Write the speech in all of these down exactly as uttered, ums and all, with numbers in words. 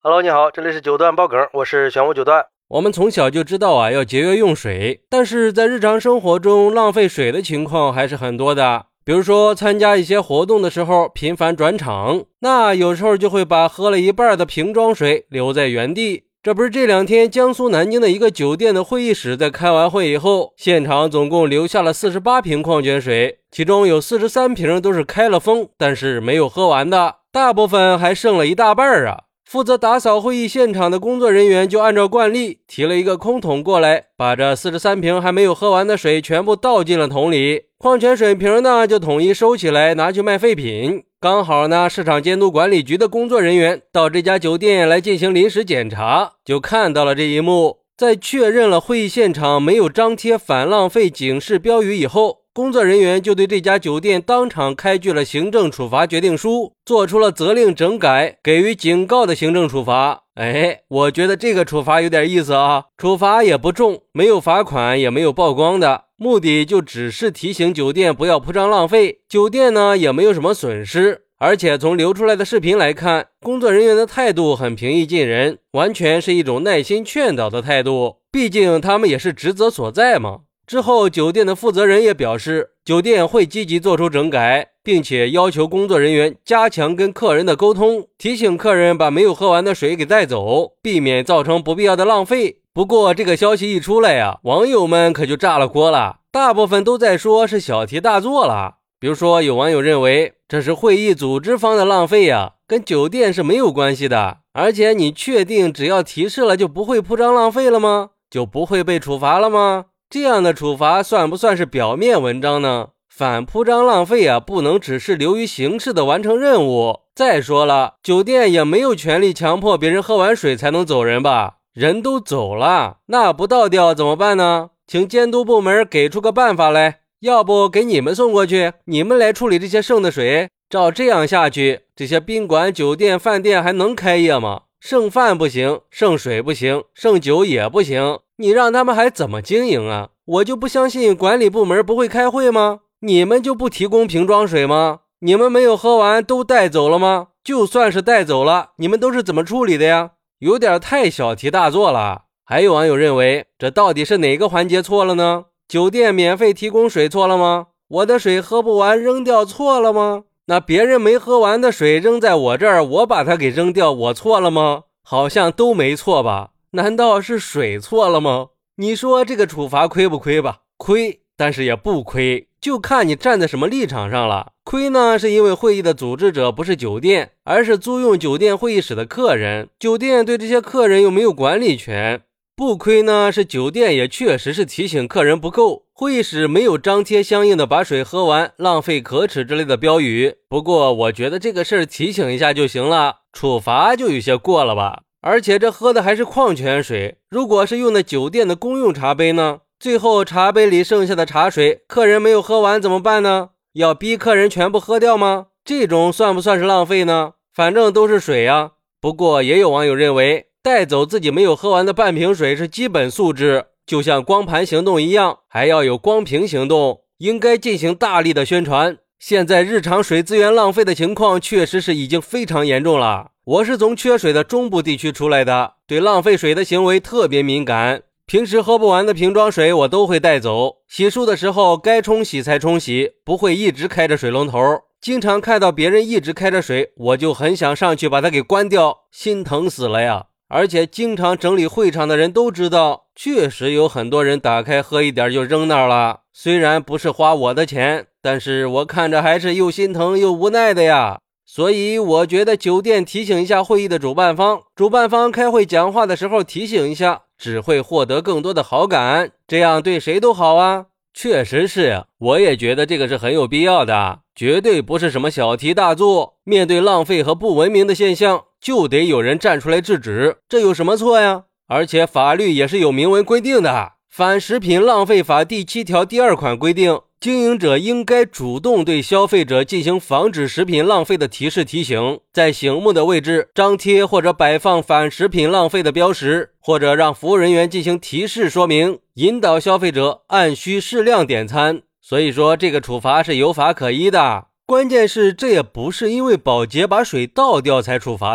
Hello， 你好，这里是九段爆梗，我是玄武九段。 我们从小就知道啊，要节约用水，但是在日常生活中浪费水的情况还是很多的。比如说参加一些活动的时候频繁转场，那有时候就会把喝了一半的瓶装水留在原地。这不是这两天江苏南京的一个酒店的会议室在开完会以后，现场总共留下了四十八瓶矿泉水，其中有四十三瓶都是开了封但是没有喝完的，大部分还剩了一大半啊。负责打扫会议现场的工作人员就按照惯例提了一个空桶过来，把这四十三瓶还没有喝完的水全部倒进了桶里，矿泉水瓶呢就统一收起来拿去卖废品。刚好呢市场监督管理局的工作人员到这家酒店来进行临时检查，就看到了这一幕。在确认了会议现场没有张贴反浪费警示标语以后，工作人员就对这家酒店当场开具了行政处罚决定书，做出了责令整改、给予警告的行政处罚。哎，我觉得这个处罚有点意思啊，处罚也不重，没有罚款也没有曝光的，目的就只是提醒酒店不要铺张浪费，酒店呢也没有什么损失。而且从流出来的视频来看，工作人员的态度很平易近人，完全是一种耐心劝导的态度，毕竟他们也是职责所在嘛。之后酒店的负责人也表示，酒店会积极做出整改，并且要求工作人员加强跟客人的沟通，提醒客人把没有喝完的水给带走，避免造成不必要的浪费。不过这个消息一出来呀，网友们可就炸了锅了，大部分都在说是小题大做了。比如说有网友认为这是会议组织方的浪费呀，跟酒店是没有关系的，而且你确定只要提示了就不会铺张浪费了吗？就不会被处罚了吗？这样的处罚算不算是表面文章呢？反铺张浪费啊，不能只是流于形式的完成任务。再说了，酒店也没有权利强迫别人喝完水才能走人吧？人都走了，那不倒掉怎么办呢？请监督部门给出个办法来，要不给你们送过去，你们来处理这些剩的水。照这样下去，这些宾馆、酒店、饭店还能开业吗？剩饭不行，剩水不行，剩酒也不行，你让他们还怎么经营啊？我就不相信管理部门不会开会吗？你们就不提供瓶装水吗？你们没有喝完都带走了吗？就算是带走了，你们都是怎么处理的呀？有点太小题大做了。还有网友认为，这到底是哪个环节错了呢？酒店免费提供水错了吗？我的水喝不完扔掉错了吗？那别人没喝完的水扔在我这儿，我把它给扔掉，我错了吗？好像都没错吧？难道是水错了吗？你说这个处罚亏不亏吧？亏，但是也不亏，就看你站在什么立场上了。亏呢，是因为会议的组织者不是酒店，而是租用酒店会议室的客人，酒店对这些客人又没有管理权。不亏呢，是酒店也确实是提醒客人不够，会议室没有张贴相应的把水喝完浪费可耻之类的标语。不过我觉得这个事儿提醒一下就行了，处罚就有些过了吧。而且这喝的还是矿泉水，如果是用的酒店的公用茶杯呢？最后茶杯里剩下的茶水，客人没有喝完怎么办呢？要逼客人全部喝掉吗？这种算不算是浪费呢？反正都是水啊。不过也有网友认为，带走自己没有喝完的半瓶水是基本素质，就像光盘行动一样，还要有光瓶行动，应该进行大力的宣传。现在日常水资源浪费的情况确实是已经非常严重了。我是从缺水的中部地区出来的，对浪费水的行为特别敏感，平时喝不完的瓶装水我都会带走，洗漱的时候该冲洗才冲洗，不会一直开着水龙头。经常看到别人一直开着水，我就很想上去把它给关掉，心疼死了呀。而且经常整理会场的人都知道，确实有很多人打开喝一点就扔那儿了。虽然不是花我的钱，但是我看着还是又心疼又无奈的呀。所以我觉得酒店提醒一下会议的主办方，主办方开会讲话的时候提醒一下，只会获得更多的好感，这样对谁都好啊。确实是，我也觉得这个是很有必要的，绝对不是什么小题大做。面对浪费和不文明的现象，就得有人站出来制止，这有什么错呀？而且法律也是有明文规定的，《反食品浪费法》第七条第二款规定，经营者应该主动对消费者进行防止食品浪费的提示提醒，在醒目的位置张贴或者摆放反食品浪费的标识，或者让服务人员进行提示说明，引导消费者按需适量点餐。所以说这个处罚是有法可依的。关键是这也不是因为保洁把水倒掉才处罚的，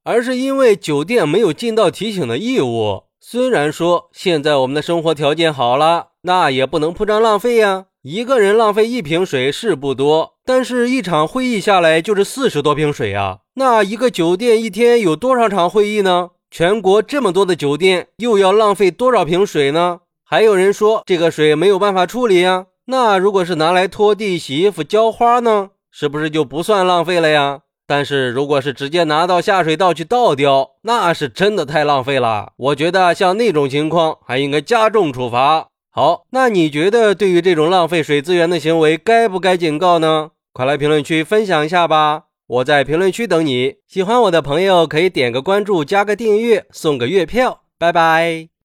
而是因为酒店没有尽到提醒的义务。虽然说现在我们的生活条件好了，那也不能铺张浪费呀。一个人浪费一瓶水是不多，但是一场会议下来就是四十多瓶水啊。那一个酒店一天有多少场会议呢？全国这么多的酒店，又要浪费多少瓶水呢？还有人说这个水没有办法处理呀。那如果是拿来拖地、洗衣服、浇花呢？是不是就不算浪费了呀？但是如果是直接拿到下水道去倒掉，那是真的太浪费了。我觉得像那种情况还应该加重处罚。好，那你觉得对于这种浪费水资源的行为该不该警告呢？快来评论区分享一下吧，我在评论区等你。喜欢我的朋友可以点个关注，加个订阅，送个月票。拜拜。